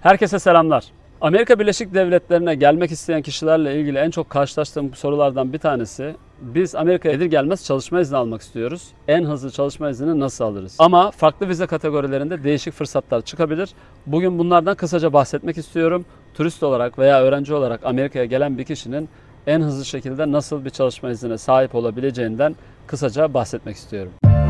Herkese selamlar. Amerika Birleşik Devletleri'ne gelmek isteyen kişilerle ilgili en çok karşılaştığım sorulardan bir tanesi, biz Amerika'ya gelir gelmez çalışma izni almak istiyoruz. En hızlı çalışma iznini nasıl alırız? Ama farklı vize kategorilerinde değişik fırsatlar çıkabilir. Bugün bunlardan kısaca bahsetmek istiyorum. Turist olarak veya öğrenci olarak Amerika'ya gelen bir kişinin en hızlı şekilde nasıl bir çalışma iznine sahip olabileceğinden kısaca bahsetmek istiyorum.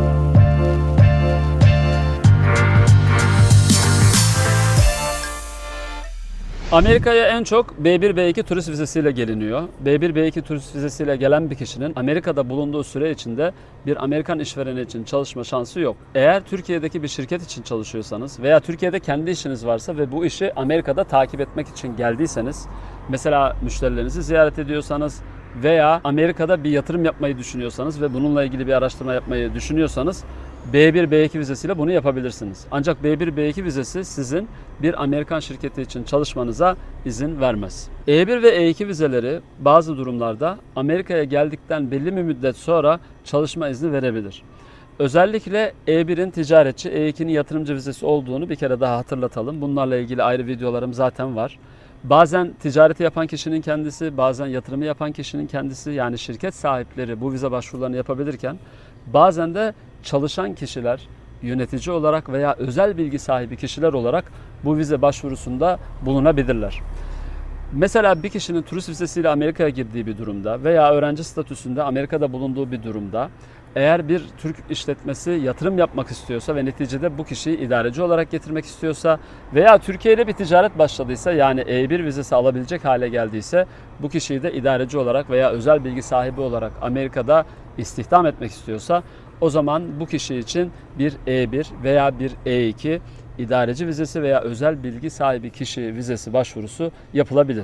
Amerika'ya en çok B1, B2 turist vizesiyle geliniyor. B1, B2 turist vizesiyle gelen bir kişinin Amerika'da bulunduğu süre içinde bir Amerikan işvereni için çalışma şansı yok. Eğer Türkiye'deki bir şirket için çalışıyorsanız veya Türkiye'de kendi işiniz varsa ve bu işi Amerika'da takip etmek için geldiyseniz, mesela müşterilerinizi ziyaret ediyorsanız veya Amerika'da bir yatırım yapmayı düşünüyorsanız ve bununla ilgili bir araştırma yapmayı düşünüyorsanız B1, B2 vizesiyle bunu yapabilirsiniz. Ancak B1, B2 vizesi sizin bir Amerikan şirketi için çalışmanıza izin vermez. E1 ve E2 vizeleri bazı durumlarda Amerika'ya geldikten belli bir müddet sonra çalışma izni verebilir. Özellikle E1'in ticaretçi, E2'nin yatırımcı vizesi olduğunu bir kere daha hatırlatalım. Bunlarla ilgili ayrı videolarım zaten var. Bazen ticareti yapan kişinin kendisi, bazen yatırımı yapan kişinin kendisi, yani şirket sahipleri bu vize başvurularını yapabilirken bazen de çalışan kişiler, yönetici olarak veya özel bilgi sahibi kişiler olarak bu vize başvurusunda bulunabilirler. Mesela bir kişinin turist vizesiyle Amerika'ya girdiği bir durumda veya öğrenci statüsünde Amerika'da bulunduğu bir durumda, eğer bir Türk işletmesi yatırım yapmak istiyorsa ve neticede bu kişiyi idareci olarak getirmek istiyorsa veya Türkiye ile bir ticaret başladıysa, yani E1 vizesi alabilecek hale geldiyse, bu kişiyi de idareci olarak veya özel bilgi sahibi olarak Amerika'da istihdam etmek istiyorsa, o zaman bu kişi için bir E1 veya bir E2 idareci vizesi veya özel bilgi sahibi kişi vizesi başvurusu yapılabilir.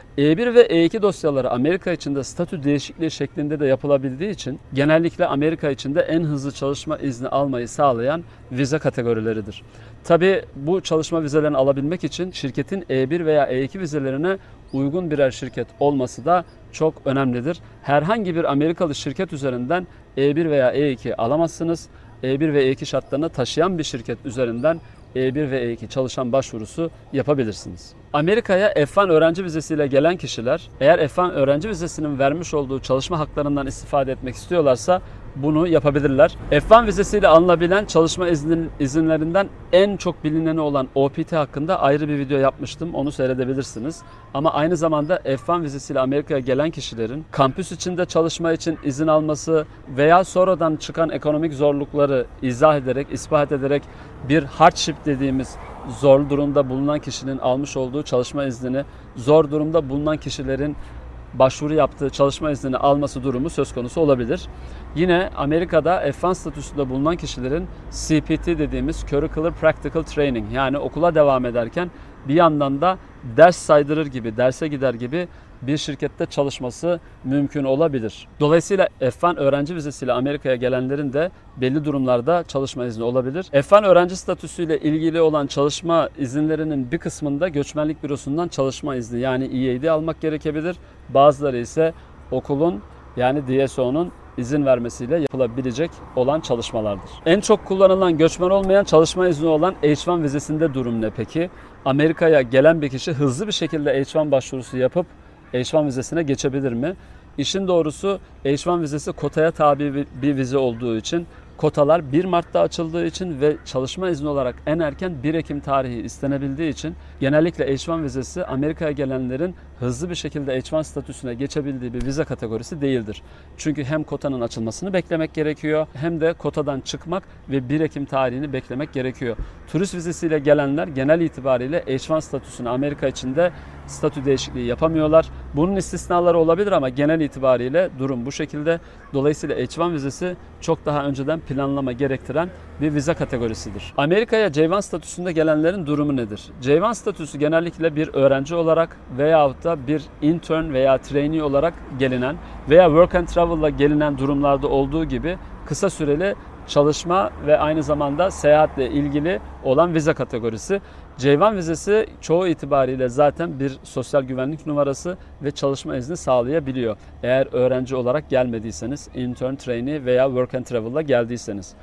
E1 ve E2 dosyaları Amerika içinde statü değişikliği şeklinde de yapılabildiği için genellikle Amerika içinde en hızlı çalışma izni almayı sağlayan vize kategorileridir. Tabii bu çalışma vizelerini alabilmek için şirketin E1 veya E2 vizelerine uygun birer şirket olması da çok önemlidir. Herhangi bir Amerikalı şirket üzerinden E1 veya E2 alamazsınız. E1 ve E2 şartlarını taşıyan bir şirket üzerinden E1 ve E2 çalışan başvurusu yapabilirsiniz. Amerika'ya F1 öğrenci vizesiyle gelen kişiler, eğer F1 öğrenci vizesinin vermiş olduğu çalışma haklarından istifade etmek istiyorlarsa bunu yapabilirler. F1 vizesiyle alınabilen çalışma izinlerinden en çok bilineni olan OPT hakkında ayrı bir video yapmıştım. Onu seyredebilirsiniz. Ama aynı zamanda F1 vizesiyle Amerika'ya gelen kişilerin kampüs içinde çalışma için izin alması veya sonradan çıkan ekonomik zorlukları izah ederek, ispat ederek bir hardship dediğimiz zor durumda bulunan kişinin almış olduğu çalışma iznini, zor durumda bulunan kişilerin başvuru yaptığı çalışma iznini alması durumu söz konusu olabilir. Yine Amerika'da F1 statüsünde bulunan kişilerin CPT dediğimiz Curricular Practical Training, yani okula devam ederken bir yandan da ders saydırır gibi, derse gider gibi bir şirkette çalışması mümkün olabilir. Dolayısıyla F1 öğrenci vizesiyle Amerika'ya gelenlerin de belli durumlarda çalışma izni olabilir. F1 öğrenci statüsüyle ilgili olan çalışma izinlerinin bir kısmında göçmenlik bürosundan çalışma izni, yani EAD almak gerekebilir. Bazıları ise okulun, yani DSO'nun izin vermesiyle yapılabilecek olan çalışmalardır. En çok kullanılan göçmen olmayan çalışma izni olan H1 vizesinde durum ne peki? Amerika'ya gelen bir kişi hızlı bir şekilde H1 başvurusu yapıp H1 vizesine geçebilir mi? İşin doğrusu H1 vizesi kotaya tabi bir vize olduğu için, kotalar 1 Mart'ta açıldığı için ve çalışma izni olarak en erken 1 Ekim tarihi istenebildiği için genellikle H1 vizesi Amerika'ya gelenlerin hızlı bir şekilde H1 statüsüne geçebildiği bir vize kategorisi değildir. Çünkü hem kotanın açılmasını beklemek gerekiyor, hem de kotadan çıkmak ve 1 Ekim tarihini beklemek gerekiyor. Turist vizesiyle gelenler genel itibariyle H1 statüsüne Amerika içinde statü değişikliği yapamıyorlar. Bunun istisnaları olabilir ama genel itibariyle durum bu şekilde. Dolayısıyla H1 vizesi çok daha önceden planlama gerektiren bir vize kategorisidir. Amerika'ya J1 statüsünde gelenlerin durumu nedir? J1 statüsü genellikle bir öğrenci olarak veyahut da bir intern veya trainee olarak gelinen veya work and travel'la gelinen durumlarda olduğu gibi kısa süreli çalışma ve aynı zamanda seyahatle ilgili olan vize kategorisi. J1 vizesi çoğu itibariyle zaten bir sosyal güvenlik numarası ve çalışma izni sağlayabiliyor. Eğer öğrenci olarak gelmediyseniz, intern, trainee veya work and travel'la geldiyseniz.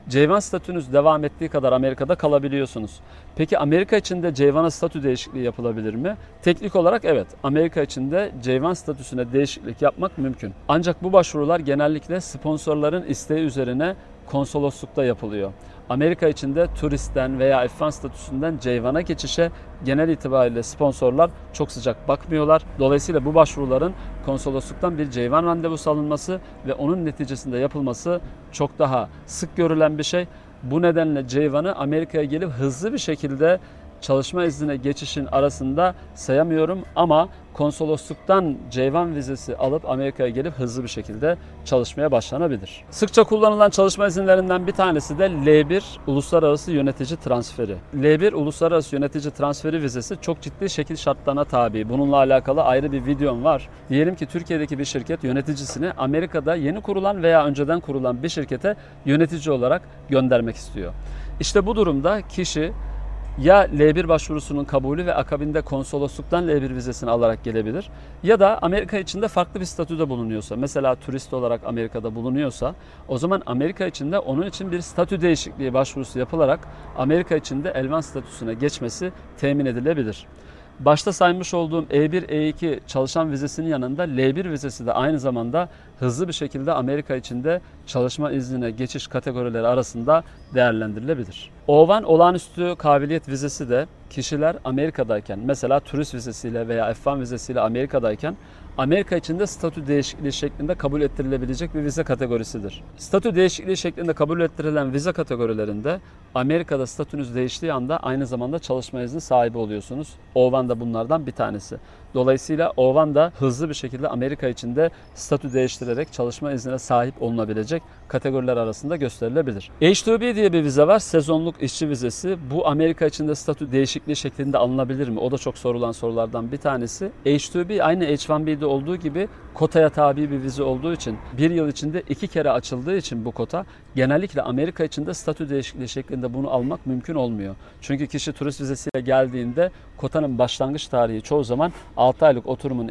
C1 statünüz devam ettiği kadar Amerika'da kalabiliyorsunuz. Peki Amerika içinde C1'a statü değişikliği yapılabilir mi? Teknik olarak evet. Amerika içinde C1 statüsüne değişiklik yapmak mümkün. Ancak bu başvurular genellikle sponsorların isteği üzerine konsoloslukta yapılıyor. Amerika içinde turistten veya F1 statüsünden C1'a geçişe genel itibariyle sponsorlar çok sıcak bakmıyorlar. Dolayısıyla bu başvuruların konsolosluktan bir C1 randevusu alınması ve onun neticesinde yapılması çok daha sık görülen bir şey. Bu nedenle C1'ı Amerika'ya gelip hızlı bir şekilde çalışma iznine geçişin arasında sayamıyorum ama konsolosluktan C1 vizesi alıp Amerika'ya gelip hızlı bir şekilde çalışmaya başlanabilir. Sıkça kullanılan çalışma izinlerinden bir tanesi de L1 Uluslararası Yönetici Transferi. L1 Uluslararası Yönetici Transferi vizesi çok ciddi şekil şartlarına tabi. Bununla alakalı ayrı bir videom var. Diyelim ki Türkiye'deki bir şirket yöneticisini Amerika'da yeni kurulan veya önceden kurulan bir şirkete yönetici olarak göndermek istiyor. İşte bu durumda kişi ya L1 başvurusunun kabulü ve akabinde konsolosluktan L1 vizesini alarak gelebilir ya da Amerika içinde farklı bir statüde bulunuyorsa, mesela turist olarak Amerika'da bulunuyorsa o zaman Amerika içinde onun için bir statü değişikliği başvurusu yapılarak Amerika içinde L1 statüsüne geçmesi temin edilebilir. Başta saymış olduğum E1, E2 çalışan vizesinin yanında L1 vizesi de aynı zamanda hızlı bir şekilde Amerika içinde çalışma iznine geçiş kategorileri arasında değerlendirilebilir. O1 olağanüstü kabiliyet vizesi de kişiler Amerika'dayken, mesela turist vizesiyle veya F1 vizesiyle Amerika'dayken Amerika içinde statü değişikliği şeklinde kabul ettirilebilecek bir vize kategorisidir. Statü değişikliği şeklinde kabul ettirilen vize kategorilerinde Amerika'da statünüz değiştiği anda aynı zamanda çalışma izni sahibi oluyorsunuz. O1 da bunlardan bir tanesi. Dolayısıyla O1 da hızlı bir şekilde Amerika içinde statü değiştirerek çalışma iznine sahip olunabilecek kategoriler arasında gösterilebilir. H-2B diye bir vize var. Sezonluk işçi vizesi. Bu Amerika içinde statü değişikliği şeklinde alınabilir mi? O da çok sorulan sorulardan bir tanesi. H-2B aynı H-1B'de olduğu gibi kotaya tabi bir vize olduğu için bir yıl içinde 2 kere açıldığı için bu kota genellikle Amerika içinde statü değişikliği şeklinde bunu almak mümkün olmuyor. Çünkü kişi turist vizesiyle geldiğinde kotanın başlangıç tarihi çoğu zaman 6 aylık oturumun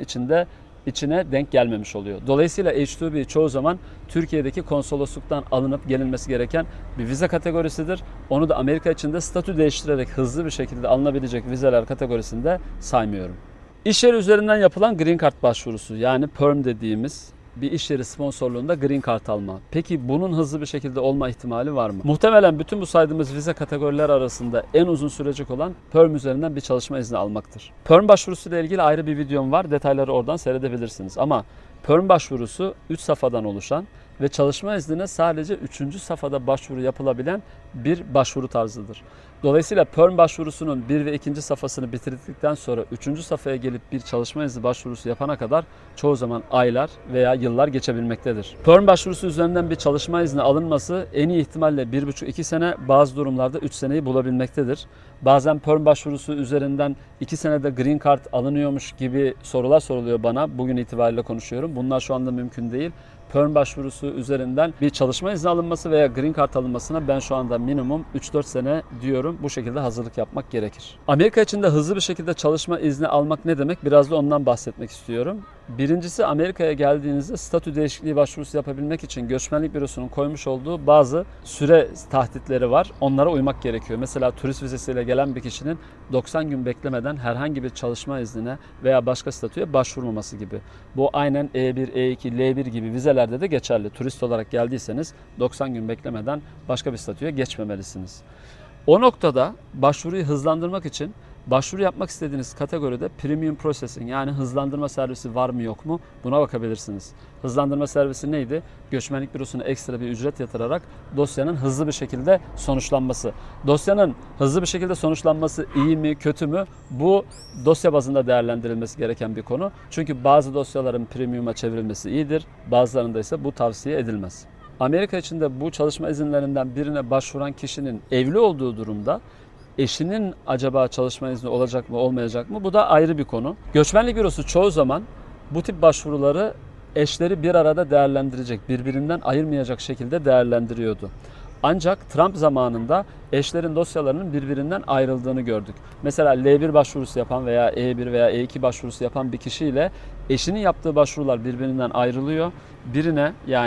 içine denk gelmemiş oluyor. Dolayısıyla H-2B çoğu zaman Türkiye'deki konsolosluktan alınıp gelinmesi gereken bir vize kategorisidir. Onu da Amerika içinde statü değiştirerek hızlı bir şekilde alınabilecek vizeler kategorisinde saymıyorum. İş yeri üzerinden yapılan Green Card başvurusu, yani PERM dediğimiz bir iş yeri sponsorluğunda Green Card alma. Peki bunun hızlı bir şekilde olma ihtimali var mı? Muhtemelen bütün bu saydığımız vize kategoriler arasında en uzun sürecek olan PERM üzerinden bir çalışma izni almaktır. PERM başvurusu ile ilgili ayrı bir videom var. Detayları oradan seyredebilirsiniz. Ama PERM başvurusu 3 safhadan oluşan ve çalışma iznine sadece 3. safhada başvuru yapılabilen bir başvuru tarzıdır. Dolayısıyla PERM başvurusunun 1 ve 2. safhasını bitirdikten sonra 3. safhaya gelip bir çalışma izni başvurusu yapana kadar çoğu zaman aylar veya yıllar geçebilmektedir. PERM başvurusu üzerinden bir çalışma izni alınması en iyi ihtimalle 1,5-2 sene, bazı durumlarda 3 seneyi bulabilmektedir. Bazen PERM başvurusu üzerinden 2 senede Green Card alınıyormuş gibi sorular soruluyor bana. Bugün itibariyle konuşuyorum. Bunlar şu anda mümkün değil. PERM başvurusu üzerinden bir çalışma izni alınması veya Green Card alınmasına ben şu anda minimum 3-4 sene diyorum. Bu şekilde hazırlık yapmak gerekir. Amerika içinde hızlı bir şekilde çalışma izni almak ne demek? Biraz da ondan bahsetmek istiyorum. Birincisi, Amerika'ya geldiğinizde statü değişikliği başvurusu yapabilmek için Göçmenlik Bürosu'nun koymuş olduğu bazı süre tahditleri var. Onlara uymak gerekiyor. Mesela turist vizesiyle gelen bir kişinin 90 gün beklemeden herhangi bir çalışma iznine veya başka statüye başvurmaması gibi. Bu aynen E1, E2, L1 gibi vizelerde de geçerli. Turist olarak geldiyseniz 90 gün beklemeden başka bir statüye geçmemelisiniz. O noktada başvuruyu hızlandırmak için başvuru yapmak istediğiniz kategoride Premium Processing, yani hızlandırma servisi var mı yok mu, buna bakabilirsiniz. Hızlandırma servisi neydi? Göçmenlik Bürosu'na ekstra bir ücret yatırarak dosyanın hızlı bir şekilde sonuçlanması. Dosyanın hızlı bir şekilde sonuçlanması iyi mi kötü mü? Bu dosya bazında değerlendirilmesi gereken bir konu. Çünkü bazı dosyaların Premium'a çevrilmesi iyidir, bazılarında ise bu tavsiye edilmez. Amerika içinde bu çalışma izinlerinden birine başvuran kişinin evli olduğu durumda eşinin acaba çalışma izni olacak mı olmayacak mı? Bu da ayrı bir konu. Göçmenlik Bürosu çoğu zaman bu tip başvuruları eşleri bir arada değerlendirecek, birbirinden ayırmayacak şekilde değerlendiriyordu. Ancak Trump zamanında eşlerin dosyalarının birbirinden ayrıldığını gördük. Mesela L1 başvurusu yapan veya E1 veya E2 başvurusu yapan bir kişiyle eşinin yaptığı başvurular birbirinden ayrılıyor. Birine, yani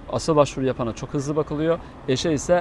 asıl başvuru yapana çok hızlı bakılıyor. Eşe ise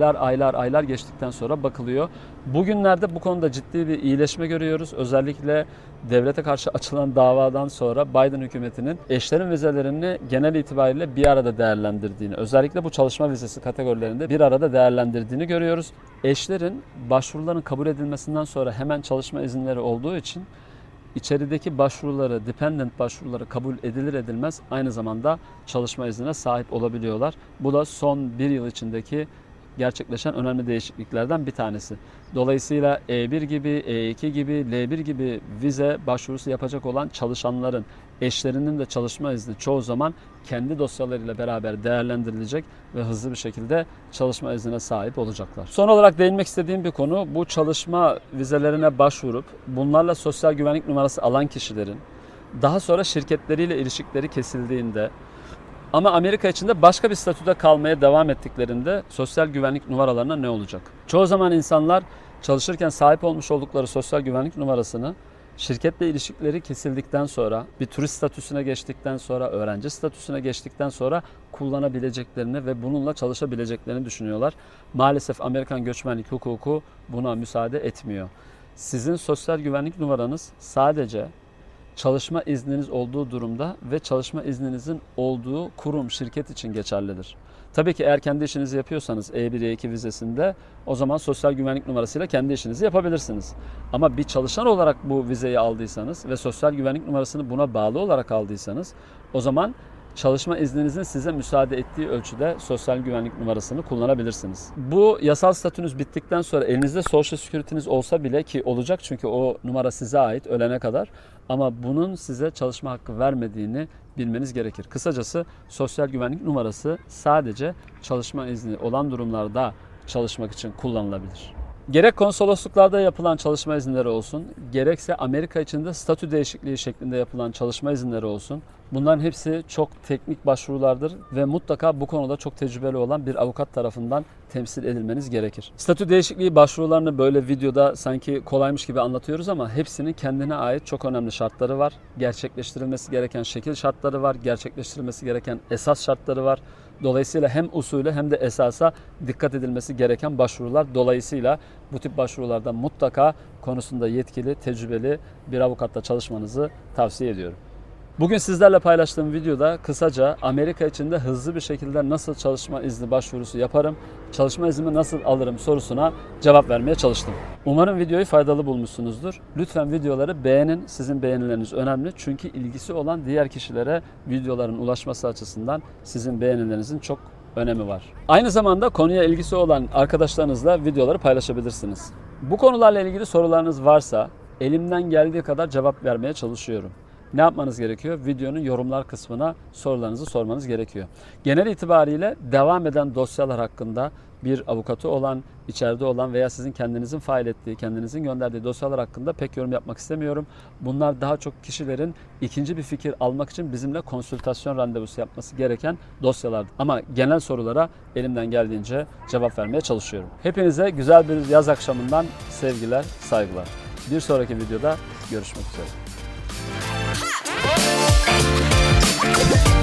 aylar geçtikten sonra bakılıyor. Bugünlerde bu konuda ciddi bir iyileşme görüyoruz. Özellikle devlete karşı açılan davadan sonra Biden hükümetinin eşlerin vizelerini genel itibariyle bir arada değerlendirdiğini, özellikle bu çalışma vizesi kategorilerinde bir arada değerlendirdiğini görüyoruz. Eşlerin başvuruların kabul edilmesinden sonra hemen çalışma izinleri olduğu için İçerideki başvuruları, dependent başvuruları kabul edilir edilmez aynı zamanda çalışma iznine sahip olabiliyorlar. Bu da son bir yıl içindeki gerçekleşen önemli değişikliklerden bir tanesi. Dolayısıyla E1 gibi, E2 gibi, L1 gibi vize başvurusu yapacak olan çalışanların eşlerinin de çalışma izni çoğu zaman kendi dosyalarıyla beraber değerlendirilecek ve hızlı bir şekilde çalışma iznine sahip olacaklar. Son olarak değinmek istediğim bir konu, bu çalışma vizelerine başvurup bunlarla sosyal güvenlik numarası alan kişilerin daha sonra şirketleriyle ilişkileri kesildiğinde ama Amerika içinde başka bir statüde kalmaya devam ettiklerinde sosyal güvenlik numaralarına ne olacak? Çoğu zaman insanlar çalışırken sahip olmuş oldukları sosyal güvenlik numarasını şirketle ilişkileri kesildikten sonra, bir turist statüsüne geçtikten sonra, öğrenci statüsüne geçtikten sonra kullanabileceklerini ve bununla çalışabileceklerini düşünüyorlar. Maalesef Amerikan göçmenlik hukuku buna müsaade etmiyor. Sizin sosyal güvenlik numaranız sadece çalışma izniniz olduğu durumda ve çalışma izninizin olduğu kurum, şirket için geçerlidir. Tabii ki eğer kendi işinizi yapıyorsanız E1, E2 vizesinde o zaman sosyal güvenlik numarasıyla kendi işinizi yapabilirsiniz. Ama bir çalışan olarak bu vizeyi aldıysanız ve sosyal güvenlik numarasını buna bağlı olarak aldıysanız o zaman çalışma izninizin size müsaade ettiği ölçüde sosyal güvenlik numarasını kullanabilirsiniz. Bu yasal statünüz bittikten sonra elinizde Social Security'niz olsa bile, ki olacak çünkü o numara size ait ölene kadar, ama bunun size çalışma hakkı vermediğini bilmeniz gerekir. Kısacası sosyal güvenlik numarası sadece çalışma izni olan durumlarda çalışmak için kullanılabilir. Gerek konsolosluklarda yapılan çalışma izinleri olsun, gerekse Amerika içinde statü değişikliği şeklinde yapılan çalışma izinleri olsun, bunların hepsi çok teknik başvurulardır ve mutlaka bu konuda çok tecrübeli olan bir avukat tarafından temsil edilmeniz gerekir. Statü değişikliği başvurularını böyle videoda sanki kolaymış gibi anlatıyoruz ama hepsinin kendine ait çok önemli şartları var. Gerçekleştirilmesi gereken şekil şartları var, gerçekleştirilmesi gereken esas şartları var. Dolayısıyla hem usulü hem de esasa dikkat edilmesi gereken başvurular. Dolayısıyla bu tip başvurularda mutlaka konusunda yetkili, tecrübeli bir avukatla çalışmanızı tavsiye ediyorum. Bugün sizlerle paylaştığım videoda kısaca Amerika içinde hızlı bir şekilde nasıl çalışma izni başvurusu yaparım, çalışma iznimi nasıl alırım sorusuna cevap vermeye çalıştım. Umarım videoyu faydalı bulmuşsunuzdur. Lütfen videoları beğenin. Sizin beğenileriniz önemli. Çünkü ilgisi olan diğer kişilere videoların ulaşması açısından sizin beğenilerinizin çok önemi var. Aynı zamanda konuya ilgisi olan arkadaşlarınızla videoları paylaşabilirsiniz. Bu konularla ilgili sorularınız varsa elimden geldiği kadar cevap vermeye çalışıyorum. Ne yapmanız gerekiyor? Videonun yorumlar kısmına sorularınızı sormanız gerekiyor. Genel itibariyle devam eden dosyalar hakkında bir avukatı olan, içeride olan veya sizin kendinizin fail ettiği, kendinizin gönderdiği dosyalar hakkında pek yorum yapmak istemiyorum. Bunlar daha çok kişilerin ikinci bir fikir almak için bizimle konsültasyon randevusu yapması gereken dosyalar. Ama genel sorulara elimden geldiğince cevap vermeye çalışıyorum. Hepinize güzel bir yaz akşamından sevgiler, saygılar. Bir sonraki videoda görüşmek üzere.